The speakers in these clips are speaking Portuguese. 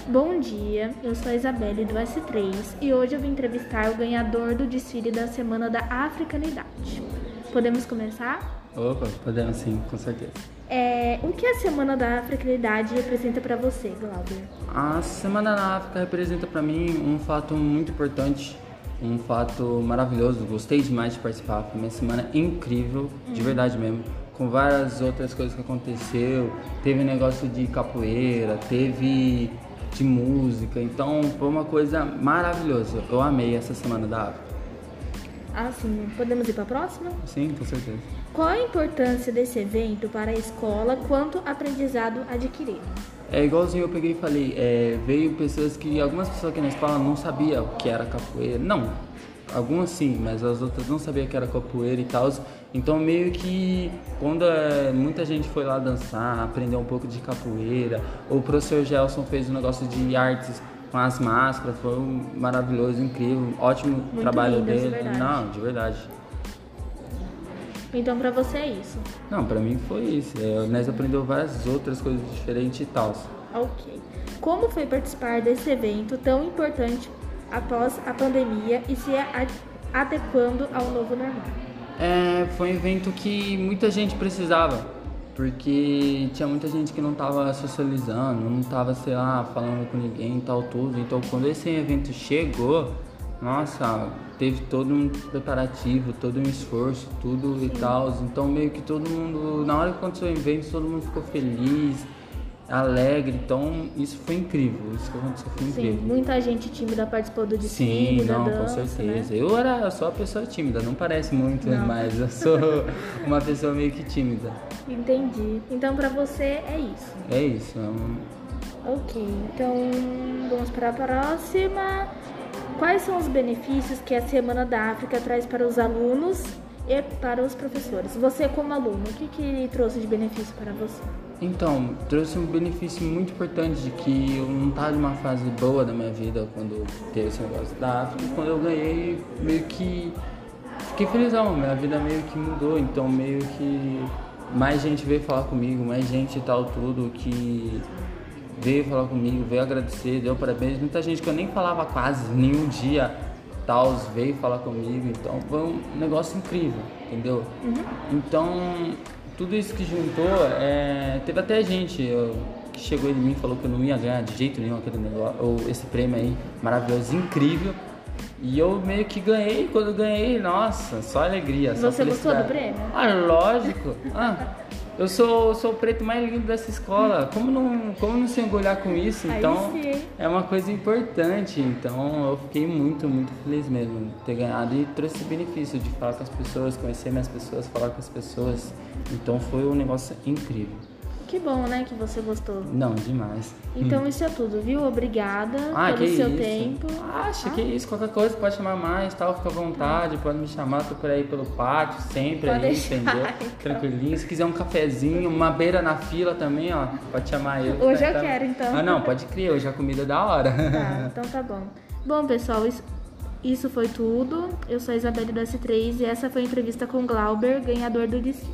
Bom dia, eu sou a Isabelle do S3 e hoje eu vim entrevistar o ganhador do desfile da Semana da Africanidade. Podemos começar? Opa, podemos sim, com certeza. O que a Semana da Africanidade representa para você, Glauber? A Semana da África representa para mim um fato muito importante, um fato maravilhoso. Gostei demais de participar, foi uma semana incrível, de verdade mesmo. Com várias outras coisas que aconteceu, teve negócio de capoeira, teve de música, então foi uma coisa maravilhosa. Eu amei essa Semana da África. Sim. Podemos ir para a próxima? Sim, com certeza. Qual a importância desse evento para a escola quanto aprendizado adquirido? É igualzinho eu peguei e falei, veio algumas pessoas aqui na escola não sabiam o que era capoeira, não, algumas sim, mas as outras não sabiam que era capoeira e tal, então meio que quando muita gente foi lá dançar, aprender um pouco de capoeira, o professor Gelson fez um negócio de artes com as máscaras, foi maravilhoso, incrível, ótimo Muito trabalho lindas, dele, de verdade. não, de verdade. Então para você é isso? Não, pra mim foi isso, nós aprendemos várias outras coisas diferentes e tal. Ok. Como foi participar desse evento tão importante após a pandemia e se adequando ao novo normal? Foi um evento que muita gente precisava, porque tinha muita gente que não estava socializando, não estava, sei lá, falando com ninguém e tal, tudo. Então, quando esse evento chegou, nossa, teve todo um preparativo, todo um esforço, tudo e tal. Então, meio que todo mundo, na hora que aconteceu o evento, todo mundo ficou feliz, alegre. Então, isso foi incrível, isso que aconteceu foi incrível. Sim, muita gente tímida participou do desfile, Sim, da não, dança, com certeza. né? Eu sou uma pessoa tímida, não parece muito, Não. mas eu sou uma pessoa meio que tímida. Entendi. Então pra você é isso. É isso. Ok, então vamos para a próxima. Quais são os benefícios que a Semana da África traz para os alunos e para os professores? Você como aluno, o que ele trouxe de benefício para você? Então, trouxe um benefício muito importante de que eu não estava numa fase boa da minha vida quando teve esse negócio da África. Quando eu ganhei, meio que fiquei felizão, minha vida meio que mudou. Então, meio que mais gente veio falar comigo, mais gente e tal, tudo que veio falar comigo, veio agradecer, deu parabéns. Muita gente que eu nem falava quase nenhum dia, tal, veio falar comigo. Então, foi um negócio incrível, entendeu? Então, tudo isso que juntou, teve até gente que chegou em mim e falou que eu não ia ganhar de jeito nenhum aquele negócio, ou esse prêmio aí, maravilhoso, incrível. E eu meio que ganhei, quando eu ganhei, nossa, só alegria, só Você gostou do prêmio? Lógico. Eu sou o preto mais lindo dessa escola, como não se orgulhar com isso? Aí Então, sim. é uma coisa importante, então eu fiquei muito, muito feliz mesmo de ter ganhado e trouxe esse benefício de falar com as pessoas, conhecer minhas pessoas, falar com as pessoas, então foi um negócio incrível. Que bom, né, que você gostou. Não, demais. Então isso é tudo, viu? Obrigada Que pelo seu isso. tempo. Que isso, qualquer coisa pode chamar mais, tal, fica à vontade, pode me chamar, tô por aí pelo pátio, sempre Pode aí, deixar, entendeu? então. Tranquilinho, se quiser um cafezinho, uma beira na fila também, ó, pode chamar eu. Hoje eu quero, então. Não, pode crer, hoje a comida é da hora. Tá, então tá bom. Bom, pessoal, isso foi tudo. Eu sou a Isabelle do S3 e essa foi a entrevista com Glauber, ganhador do desfile.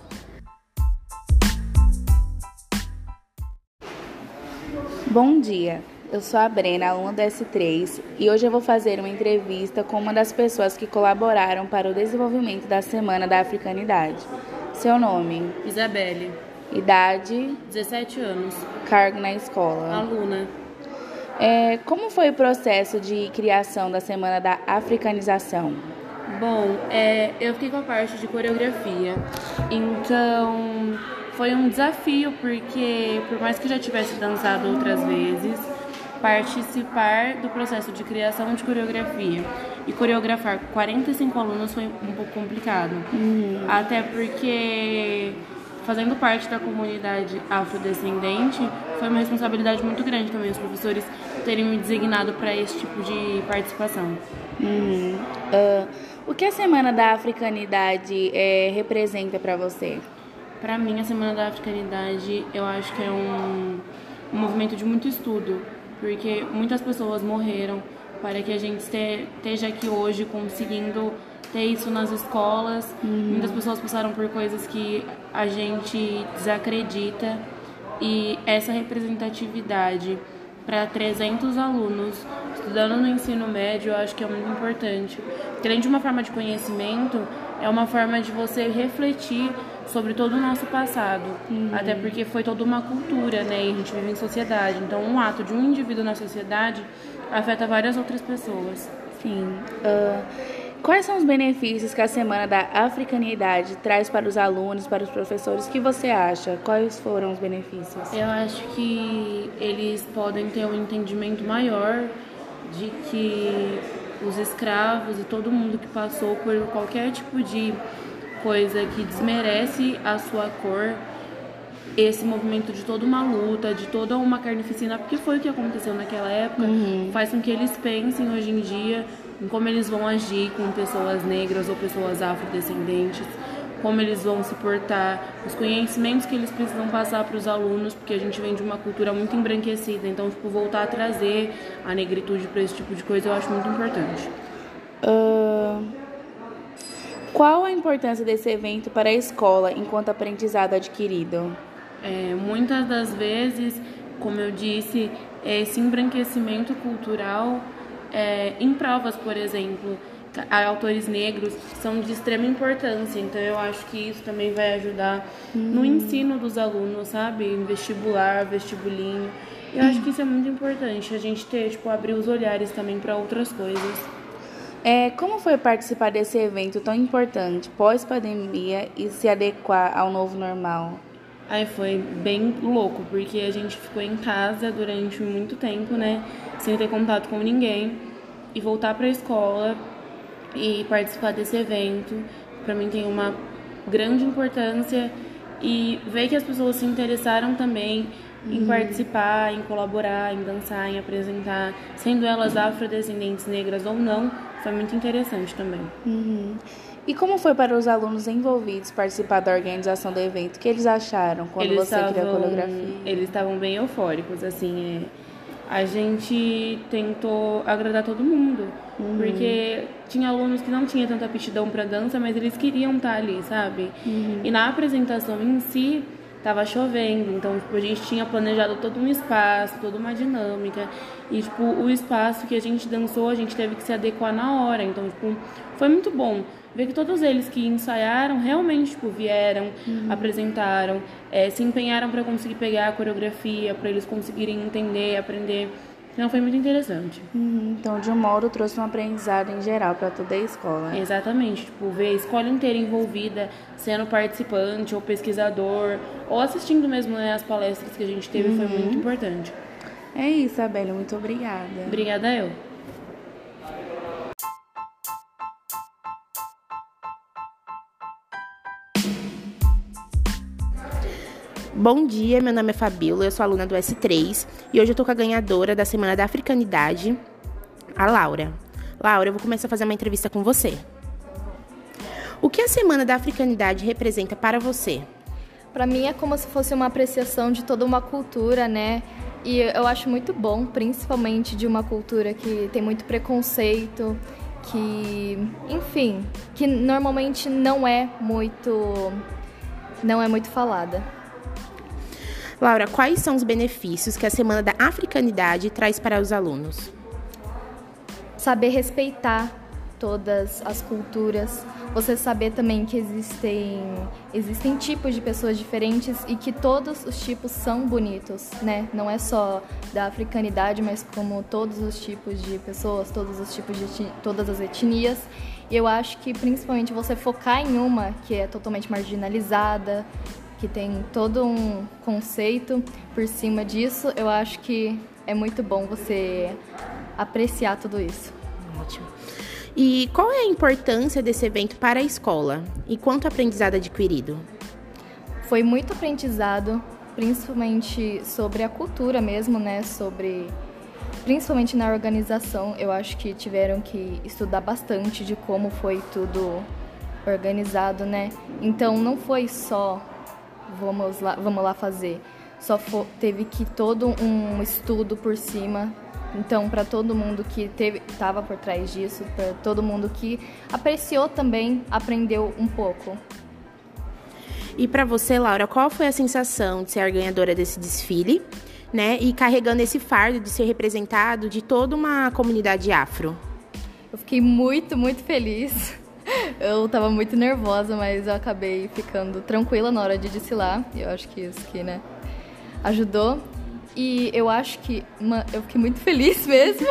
Bom dia, eu sou a Brena, aluna do S3, e hoje eu vou fazer uma entrevista com uma das pessoas que colaboraram para o desenvolvimento da Semana da Africanidade. Seu nome? Isabelle, Idade? 17 anos, Cargo na escola? aluna. Como foi o processo de criação da Semana da Africanização? Bom, eu fiquei com a parte de coreografia, então foi um desafio porque, por mais que já tivesse dançado outras vezes, participar do processo de criação de coreografia e coreografar 45 alunos foi um pouco complicado. Até porque, fazendo parte da comunidade afrodescendente, foi uma responsabilidade muito grande também os professores terem me designado para esse tipo de participação. O que a Semana da Africanidade representa para você? Para mim, a Semana da Africanidade, eu acho que é um movimento de muito estudo, porque muitas pessoas morreram para que a gente esteja aqui hoje conseguindo ter isso nas escolas. Muitas pessoas passaram por coisas que a gente desacredita, e essa representatividade para 300 alunos. Estudando no ensino médio, eu acho que é muito importante. Porque além de uma forma de conhecimento, é uma forma de você refletir sobre todo o nosso passado. Até porque foi toda uma cultura, né? E a gente vive em sociedade. Então, um ato de um indivíduo na sociedade afeta várias outras pessoas. Sim. Quais são os benefícios que a Semana da Africanidade traz para os alunos, para os professores? O que você acha? Quais foram os benefícios? Eu acho que eles podem ter um entendimento maior de que os escravos e todo mundo que passou por qualquer tipo de coisa que desmerece a sua cor, esse movimento de toda uma luta, de toda uma carnificina, porque foi o que aconteceu naquela época, faz com que eles pensem hoje em dia em como eles vão agir com pessoas negras ou pessoas afrodescendentes, como eles vão se portar, os conhecimentos que eles precisam passar para os alunos, porque a gente vem de uma cultura muito embranquecida, então voltar a trazer a negritude para esse tipo de coisa eu acho muito importante. Qual a importância desse evento para a escola enquanto aprendizado adquirido? Muitas das vezes, como eu disse, esse embranquecimento cultural em provas, por exemplo, autores negros são de extrema importância, então eu acho que isso também vai ajudar no ensino dos alunos, sabe? Em vestibular, vestibulinho. Eu acho que isso é muito importante, a gente abrir os olhares também para outras coisas. Como foi participar desse evento tão importante pós-pandemia e se adequar ao novo normal? Foi bem louco, porque a gente ficou em casa durante muito tempo, né? Sem ter contato com ninguém. E voltar para a escola e participar desse evento, para mim tem uma grande importância. E ver que as pessoas se interessaram também em participar, em colaborar, em dançar, em apresentar, sendo elas afrodescendentes, negras ou não, foi muito interessante também. E como foi para os alunos envolvidos participar da organização do evento? O que eles acharam quando você criou a coreografia? Eles estavam bem eufóricos, assim, a gente tentou agradar todo mundo, porque tinha alunos que não tinham tanta aptidão para dança, mas eles queriam estar ali, sabe? E na apresentação em si, tava chovendo, então a gente tinha planejado todo um espaço, toda uma dinâmica, e o espaço que a gente dançou, a gente teve que se adequar na hora, então foi muito bom ver que todos eles que ensaiaram realmente vieram, apresentaram, se empenharam para conseguir pegar a coreografia, para eles conseguirem entender, aprender. Então foi muito interessante. Então, de um modo, trouxe um aprendizado em geral para toda a escola. Exatamente. Ver a escola inteira envolvida, sendo participante ou pesquisador, ou assistindo mesmo as palestras que a gente teve, foi muito importante. É isso, Abelha. Muito obrigada. Obrigada eu. Bom dia, meu nome é Fabíola, eu sou aluna do S3 e hoje eu tô com a ganhadora da Semana da Africanidade, a Laura. Laura, eu vou começar a fazer uma entrevista com você. O que a Semana da Africanidade representa para você? Para mim é como se fosse uma apreciação de toda uma cultura, né? E eu acho muito bom, principalmente de uma cultura que tem muito preconceito, que normalmente não é muito falada. Laura, quais são os benefícios que a Semana da Africanidade traz para os alunos? Saber respeitar todas as culturas, você saber também que existem tipos de pessoas diferentes e que todos os tipos são bonitos, né? Não é só da africanidade, mas como todos os tipos de pessoas, todos os tipos de todas as etnias. E eu acho que principalmente você focar em uma que é totalmente marginalizada, que tem todo um conceito por cima disso, eu acho que é muito bom você apreciar tudo isso. Ótimo. E qual é a importância desse evento para a escola? E quanto aprendizado adquirido? Foi muito aprendizado, principalmente sobre a cultura mesmo, né? Principalmente na organização, eu acho que tiveram que estudar bastante de como foi tudo organizado, né? Então não foi só vamos lá fazer. Teve que todo um estudo por cima. Então, para todo mundo que estava por trás disso, para todo mundo que apreciou também, aprendeu um pouco. E para você, Laura, qual foi a sensação de ser a ganhadora desse desfile? né, e carregando esse fardo de ser representado de toda uma comunidade afro? Eu fiquei muito, muito feliz. Eu tava muito nervosa, mas eu acabei ficando tranquila na hora de desfilar. E eu acho que isso que, né, ajudou. E eu acho que eu fiquei muito feliz mesmo.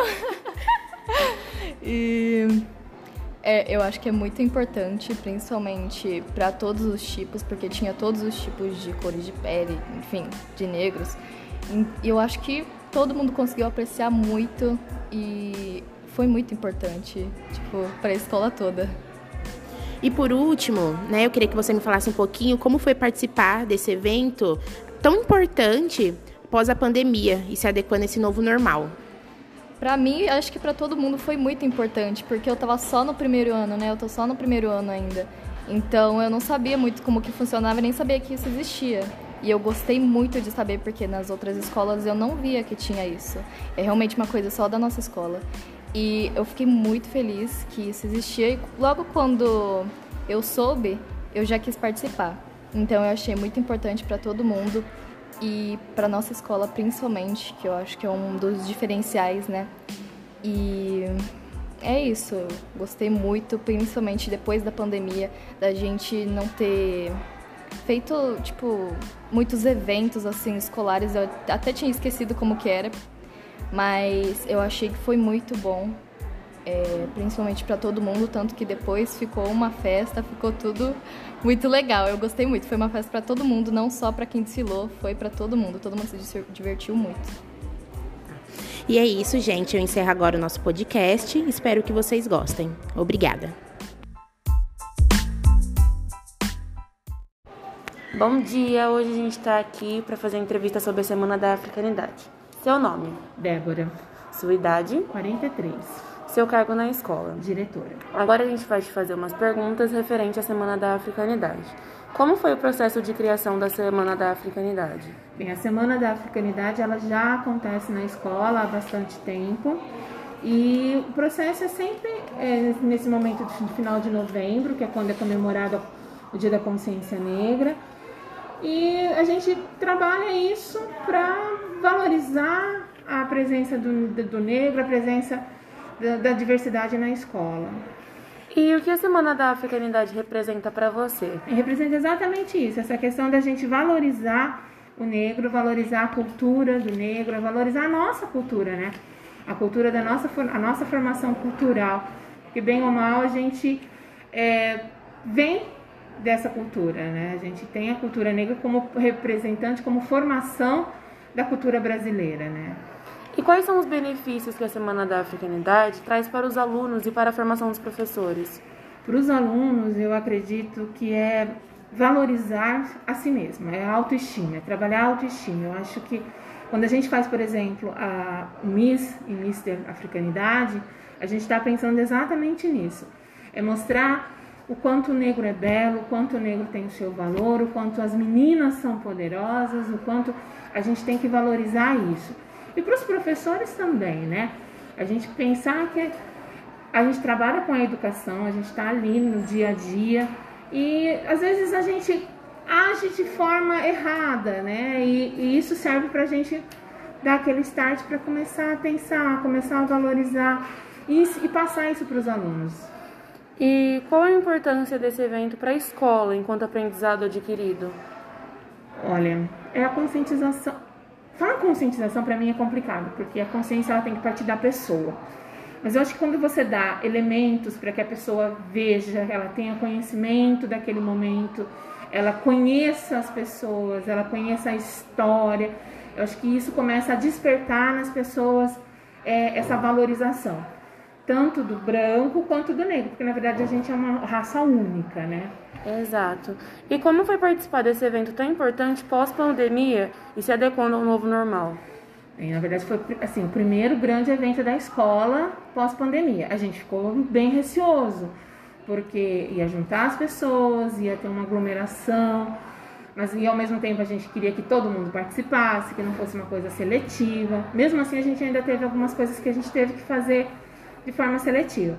E eu acho que é muito importante, principalmente para todos os tipos, porque tinha todos os tipos de cores de pele, enfim, de negros. E eu acho que todo mundo conseguiu apreciar muito e foi muito importante, tipo, para a escola toda. E por último, né, eu queria que você me falasse um pouquinho como foi participar desse evento tão importante após a pandemia e se adequando a esse novo normal. Pra mim, acho que pra todo mundo foi muito importante, porque eu tava só no primeiro ano, né? Eu tô só no primeiro ano ainda. Então, eu não sabia muito como que funcionava, nem sabia que isso existia. E eu gostei muito de saber, porque nas outras escolas eu não via que tinha isso. É realmente uma coisa só da nossa escola. E eu fiquei muito feliz que isso existia. E logo quando eu soube, eu já quis participar. Então, eu achei muito importante pra todo mundo. E para nossa escola principalmente, que eu acho que é um dos diferenciais, né? E é isso, eu gostei muito, principalmente depois da pandemia, da gente não ter feito, tipo, muitos eventos, assim, escolares. Eu até tinha esquecido como que era, mas eu achei que foi muito bom, principalmente para todo mundo, tanto que depois ficou uma festa, ficou tudo muito legal. Eu gostei muito, foi uma festa para todo mundo, não só para quem desfilou, foi para todo mundo se divertiu muito. E é isso, gente, eu encerro agora o nosso podcast, espero que vocês gostem. Obrigada. Bom dia, hoje a gente está aqui para fazer a entrevista sobre a Semana da Africanidade. Seu nome? Débora. Sua idade? 43. Seu cargo na escola? Diretora. Agora a gente vai te fazer umas perguntas referente à Semana da Africanidade. Como foi o processo de criação da Semana da Africanidade? Bem, a Semana da Africanidade ela já acontece na escola há bastante tempo. E o processo é sempre nesse momento de final de novembro, que é quando é comemorado o Dia da Consciência Negra. E a gente trabalha isso para valorizar a presença do negro, a presença da diversidade na escola. E o que a Semana da Africanidade representa para você? Representa exatamente isso, essa questão da gente valorizar o negro, valorizar a cultura do negro, valorizar a nossa cultura, né? A cultura da a nossa formação cultural, que bem ou mal a gente vem dessa cultura, né? A gente tem a cultura negra como representante, como formação da cultura brasileira, né? E quais são os benefícios que a Semana da Africanidade traz para os alunos e para a formação dos professores? Para os alunos, eu acredito que é valorizar a si mesmo, é a autoestima, é trabalhar a autoestima. Eu acho que quando a gente faz, por exemplo, a Miss e Mister Africanidade, a gente está pensando exatamente nisso. É mostrar o quanto o negro é belo, o quanto o negro tem o seu valor, o quanto as meninas são poderosas, o quanto a gente tem que valorizar isso. E para os professores também, né? A gente pensar que a gente trabalha com a educação, a gente está ali no dia a dia e às vezes a gente age de forma errada, né? E isso serve para a gente dar aquele start para começar a pensar, começar a valorizar isso, e passar isso para os alunos. E qual a importância desse evento para a escola enquanto aprendizado adquirido? Olha, é a conscientização. Falar conscientização para mim é complicado, porque a consciência ela tem que partir da pessoa. Mas eu acho que quando você dá elementos para que a pessoa veja, ela tenha conhecimento daquele momento, ela conheça as pessoas, ela conheça a história, eu acho que isso começa a despertar nas pessoas essa valorização, tanto do branco quanto do negro, porque na verdade a gente é uma raça única, né? Exato. E como foi participar desse evento tão importante pós-pandemia e se adequando ao novo normal? Na verdade foi assim, o primeiro grande evento da escola pós-pandemia. A gente ficou bem receoso, porque ia juntar as pessoas, ia ter uma aglomeração, mas e ao mesmo tempo a gente queria que todo mundo participasse, que não fosse uma coisa seletiva. Mesmo assim a gente ainda teve algumas coisas que a gente teve que fazer de forma seletiva.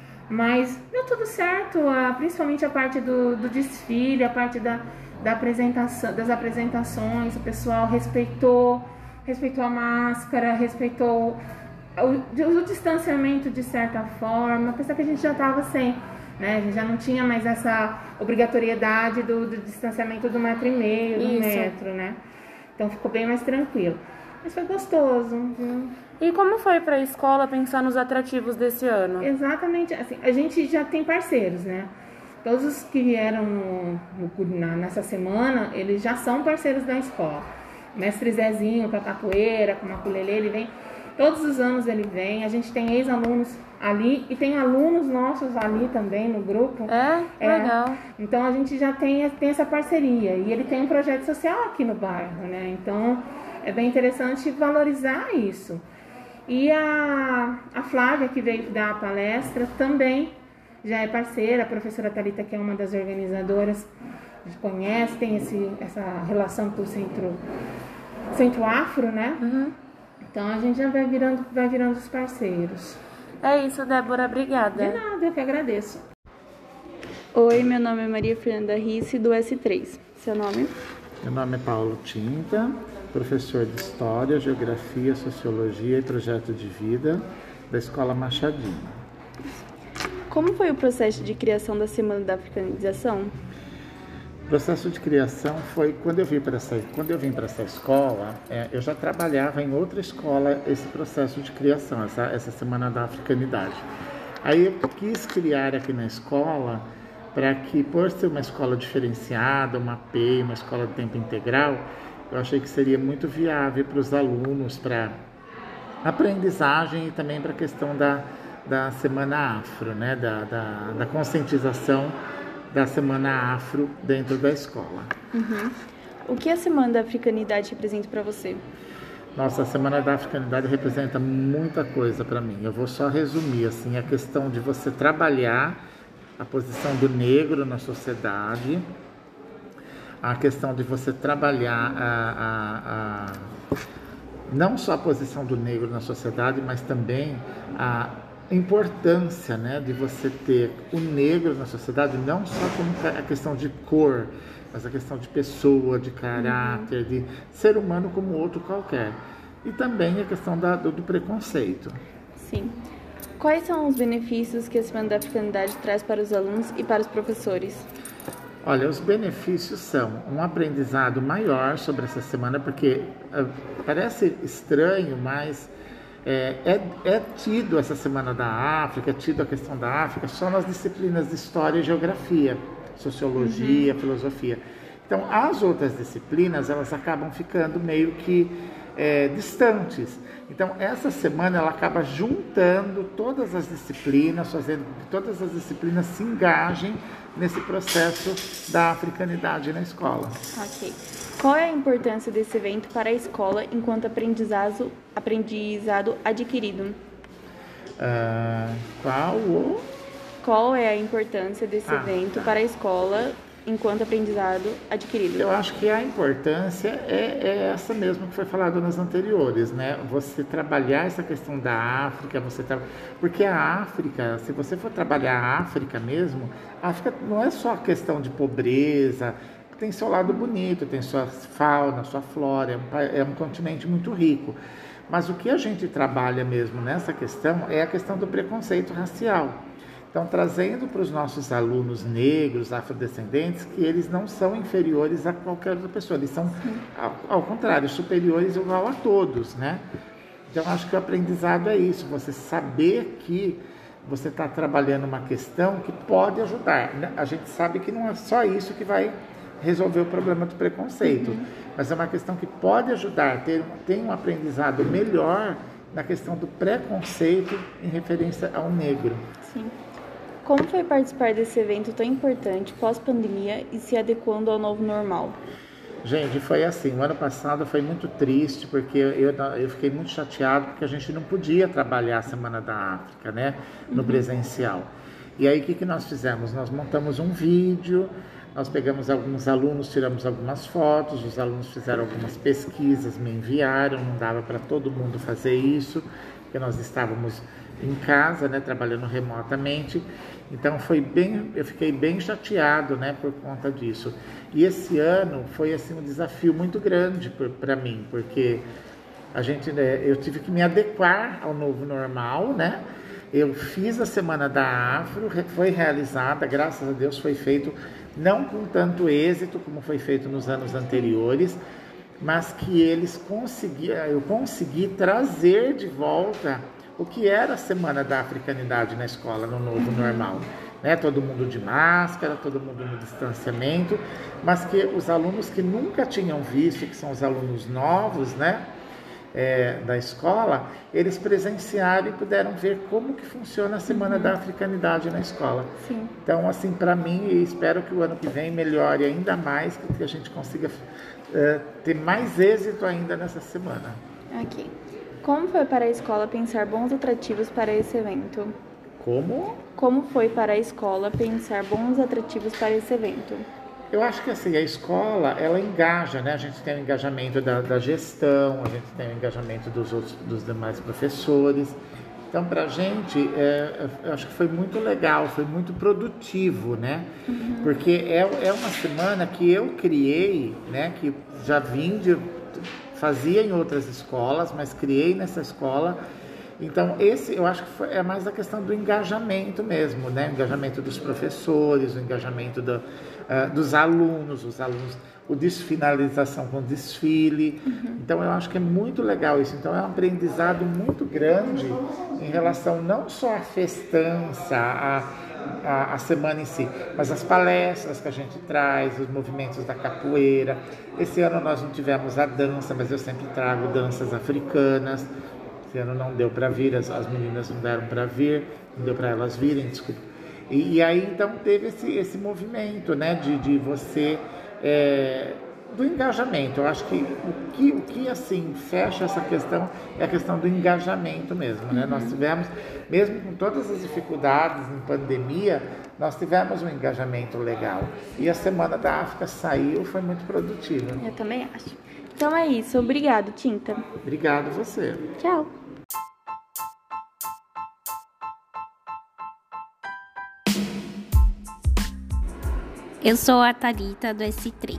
Mas deu tudo certo, principalmente a parte do desfile, a parte da apresentação, das apresentações, o pessoal respeitou respeitou a máscara, respeitou o distanciamento de certa forma, apesar que a gente já estava sem, né? A gente já não tinha mais essa obrigatoriedade do distanciamento do 1,5 metro, do metro, né? Então ficou bem mais tranquilo. Mas foi gostoso, viu? E como foi para a escola pensar nos atrativos desse ano? Exatamente, assim, a gente já tem parceiros, né? Todos os que vieram nessa semana, eles já são parceiros da escola. O mestre Zezinho, com a capoeira, com o maculelê, ele vem, todos os anos ele vem. A gente tem ex-alunos ali e tem alunos nossos ali também no grupo. Legal. Então a gente já tem essa parceria. E ele tem um projeto social aqui no bairro, né? Então é bem interessante valorizar isso. E a Flávia, que veio dar a palestra, também já é parceira. A professora Thalita, que é uma das organizadoras, a gente conhece, tem essa relação com o Centro Afro, né? Uhum. Então a gente já vai virando os parceiros. É isso, Débora, obrigada. De nada, eu que agradeço. Oi, meu nome é Maria Fernanda Risse, do S3. Seu nome? Meu nome é Paulo Tinta, professor de História, Geografia, Sociologia e Projeto de Vida da Escola Machadinho. Como foi o processo de criação da Semana da Africanização? O processo de criação foi quando eu vim para essa escola, eu já trabalhava em outra escola esse processo de criação, essa Semana da Africanidade. Aí eu quis criar aqui na escola para que, por ser uma escola diferenciada, uma APEI, uma escola de tempo integral, eu achei que seria muito viável para os alunos, para aprendizagem e também para a questão da Semana Afro, né? da conscientização da Semana Afro dentro da escola. Uhum. O que a Semana da Africanidade representa para você? Nossa, a Semana da Africanidade representa muita coisa para mim. Eu vou só resumir assim, a questão de você trabalhar a posição do negro na sociedade, a questão de você trabalhar não só a posição do negro na sociedade, mas também a importância, né, de você ter o negro na sociedade, não só como a questão de cor, mas a questão de pessoa, de caráter, de ser humano como outro qualquer. E também a questão do preconceito. Sim. Quais são os benefícios que a Semana da Africanidade traz para os alunos e para os professores? Olha, os benefícios são um aprendizado maior sobre essa semana, porque parece estranho, mas é tido essa Semana da África, é tido a questão da África só nas disciplinas de História e Geografia, Sociologia, Filosofia. Então, as outras disciplinas, elas acabam ficando meio que distantes. Então, essa semana, ela acaba juntando todas as disciplinas, fazendo que todas as disciplinas se engajem nesse processo da africanidade na escola. Ok. Qual é a importância desse evento para a escola enquanto aprendizado adquirido? Qual é a importância desse evento para a escola enquanto aprendizado adquirido? Eu acho que a importância é essa mesmo que foi falado nas anteriores, né? Você trabalhar essa questão da África, porque a África, se você for trabalhar a África mesmo, a África não é só questão de pobreza, tem seu lado bonito, tem sua fauna, sua flora, é um continente muito rico. Mas o que a gente trabalha mesmo nessa questão é a questão do preconceito racial. Então, trazendo para os nossos alunos negros, afrodescendentes, que eles não são inferiores a qualquer outra pessoa, eles são, ao contrário, superiores igual a todos, né? Então, acho que o aprendizado é isso, você saber que você está trabalhando uma questão que pode ajudar. A gente sabe que não é só isso que vai resolver o problema do preconceito, mas é uma questão que pode ajudar, tem um aprendizado melhor na questão do preconceito em referência ao negro. Sim. Como foi participar desse evento tão importante pós-pandemia e se adequando ao novo normal? Gente, foi assim, o ano passado foi muito triste, porque eu fiquei muito chateado porque a gente não podia trabalhar a Semana da África, né, no presencial. E aí, o que nós fizemos? Nós montamos um vídeo, nós pegamos alguns alunos, tiramos algumas fotos, os alunos fizeram algumas pesquisas, me enviaram, não dava para todo mundo fazer isso, porque nós estávamos em casa, né, trabalhando remotamente. Então eu fiquei bem chateado, né, por conta disso. E esse ano foi assim um desafio muito grande para mim, porque eu tive que me adequar ao novo normal, né? Eu fiz a Semana da Afro, foi realizada, graças a Deus foi feito, não com tanto êxito como foi feito nos anos anteriores, mas que eu consegui trazer de volta o que era a Semana da Africanidade na escola, no novo normal. Né? Todo mundo de máscara, todo mundo no distanciamento, mas que os alunos que nunca tinham visto, que são os alunos novos, né? Da escola, eles presenciaram e puderam ver como que funciona a Semana da Africanidade na escola. Sim. Então, assim, para mim, e espero que o ano que vem melhore ainda mais, que a gente consiga ter mais êxito ainda nessa semana. Ok. Como foi para a escola pensar bons atrativos para esse evento? Como foi para a escola pensar bons atrativos para esse evento? Eu acho que assim, a escola, ela engaja, né? A gente tem o engajamento da gestão, a gente tem o engajamento dos demais professores. Então, para a gente, eu acho que foi muito legal, foi muito produtivo, né? Porque é uma semana que eu criei, né? Que já fazia em outras escolas, mas criei nessa escola. Então, eu acho que é mais a questão do engajamento mesmo, né? O engajamento dos professores, o engajamento dos alunos, o desfinalização com desfile. Então, eu acho que é muito legal isso. Então, é um aprendizado muito grande em relação não só à festança, a semana em si, mas as palestras que a gente traz, os movimentos da capoeira. Esse ano nós não tivemos a dança, mas eu sempre trago danças africanas. Esse ano não deu para vir, as meninas não deram para vir, não deu para elas virem, desculpa. E aí, então, teve esse movimento, né, de você, do engajamento. Eu acho que o que assim, fecha essa questão é a questão do engajamento mesmo, né? Nós tivemos, mesmo com todas as dificuldades em pandemia, nós tivemos um engajamento legal. E a Semana da África foi muito produtiva. Eu também acho. Então é isso. Obrigado, Tinta. Obrigado você. Tchau. Eu sou a Thalita, do S3.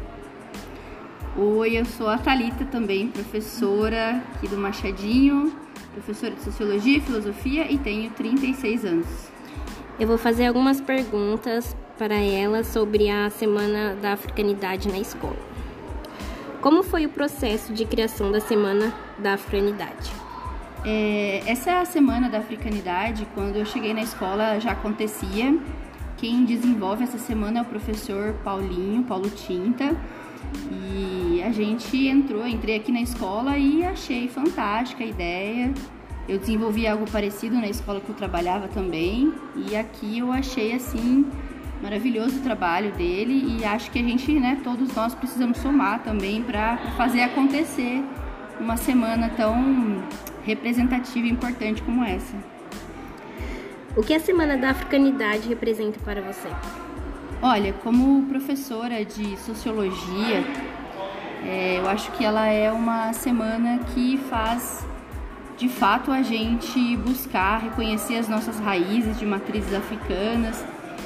Oi, eu sou a Thalita também, professora aqui do Machadinho, professora de Sociologia e Filosofia e tenho 36 anos. Eu vou fazer algumas perguntas para ela sobre a Semana da Africanidade na escola. Como foi o processo de criação da Semana da Africanidade? Essa é a Semana da Africanidade. Quando eu cheguei na escola já acontecia. Quem desenvolve essa semana é o professor Paulo Tinta. E a gente entrei aqui na escola e achei fantástica a ideia. Eu desenvolvi algo parecido na escola que eu trabalhava também. E aqui eu achei, assim, maravilhoso o trabalho dele. E acho que a gente, né, todos nós precisamos somar também para fazer acontecer uma semana tão representativa e importante como essa. O que a Semana da Africanidade representa para você? Olha, como professora de Sociologia, eu acho que ela é uma semana que faz, de fato, a gente buscar, reconhecer as nossas raízes de matrizes africanas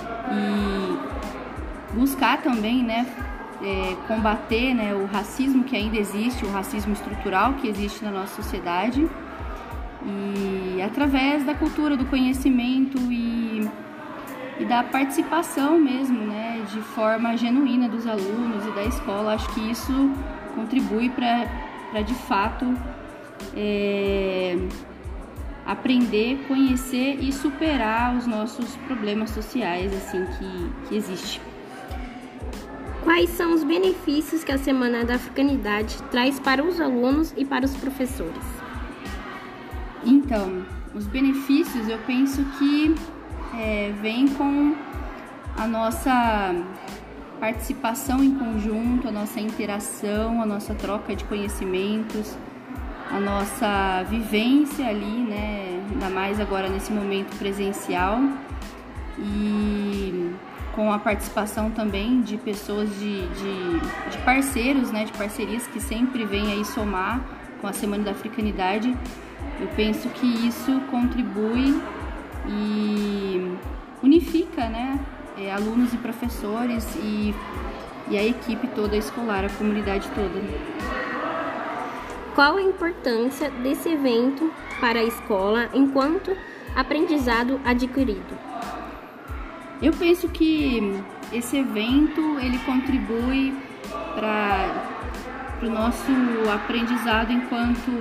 e buscar também, né, combater, né, o racismo que ainda existe, o racismo estrutural que existe na nossa sociedade. E através da cultura, do conhecimento e da participação mesmo, né, de forma genuína dos alunos e da escola, acho que isso contribui para de fato aprender, conhecer e superar os nossos problemas sociais assim que existem. Quais são os benefícios que a Semana da Africanidade traz para os alunos e para os professores? Então, os benefícios eu penso que vem com a nossa participação em conjunto, a nossa interação, a nossa troca de conhecimentos, a nossa vivência ali, né, ainda mais agora nesse momento presencial e com a participação também de pessoas, de parceiros, né, de parcerias que sempre vêm aí somar com a Semana da Africanidade. Eu penso que isso contribui e unifica, né, alunos e professores e a equipe toda escolar, a comunidade toda. Qual a importância desse evento para a escola enquanto aprendizado adquirido? Eu penso que esse evento ele contribui para o nosso aprendizado enquanto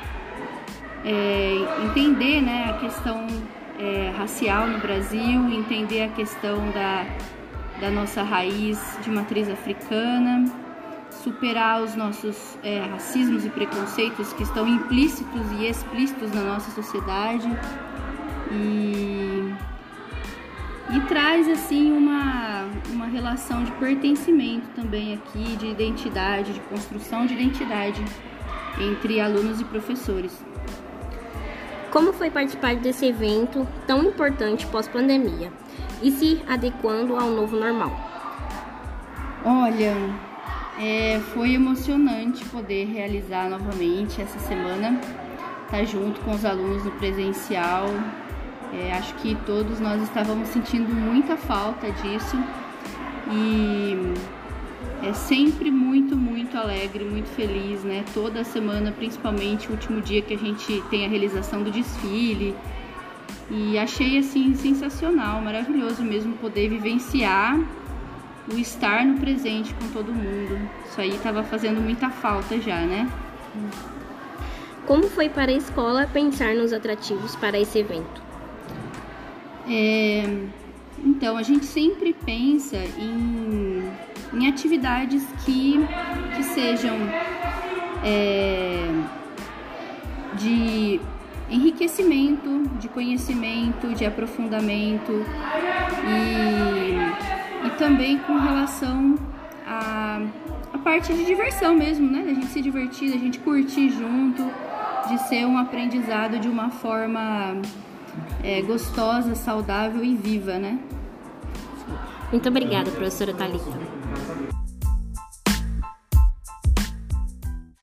entender, né, a questão racial no Brasil, entender a questão da nossa raiz de matriz africana, superar os nossos racismos e preconceitos que estão implícitos e explícitos na nossa sociedade e traz assim uma relação de pertencimento também aqui, de identidade, de construção de identidade entre alunos e professores. Como foi participar desse evento tão importante pós-pandemia e se adequando ao novo normal? Olha, foi emocionante poder realizar novamente essa semana, estar junto com os alunos no presencial. Acho que todos nós estávamos sentindo muita falta disso e é sempre muito, muito alegre, muito feliz, né? Toda semana, principalmente o último dia que a gente tem a realização do desfile. E achei assim sensacional, maravilhoso mesmo poder vivenciar o estar no presente com todo mundo. Isso aí estava fazendo muita falta já, né? Como foi para a escola pensar nos atrativos para esse evento? Então, a gente sempre pensa em atividades que sejam de enriquecimento, de conhecimento, de aprofundamento e também com relação à parte de diversão mesmo, né? Da gente se divertir, da gente curtir junto, de ser um aprendizado de uma forma gostosa, saudável e viva, né? Muito obrigada, professora Thalita.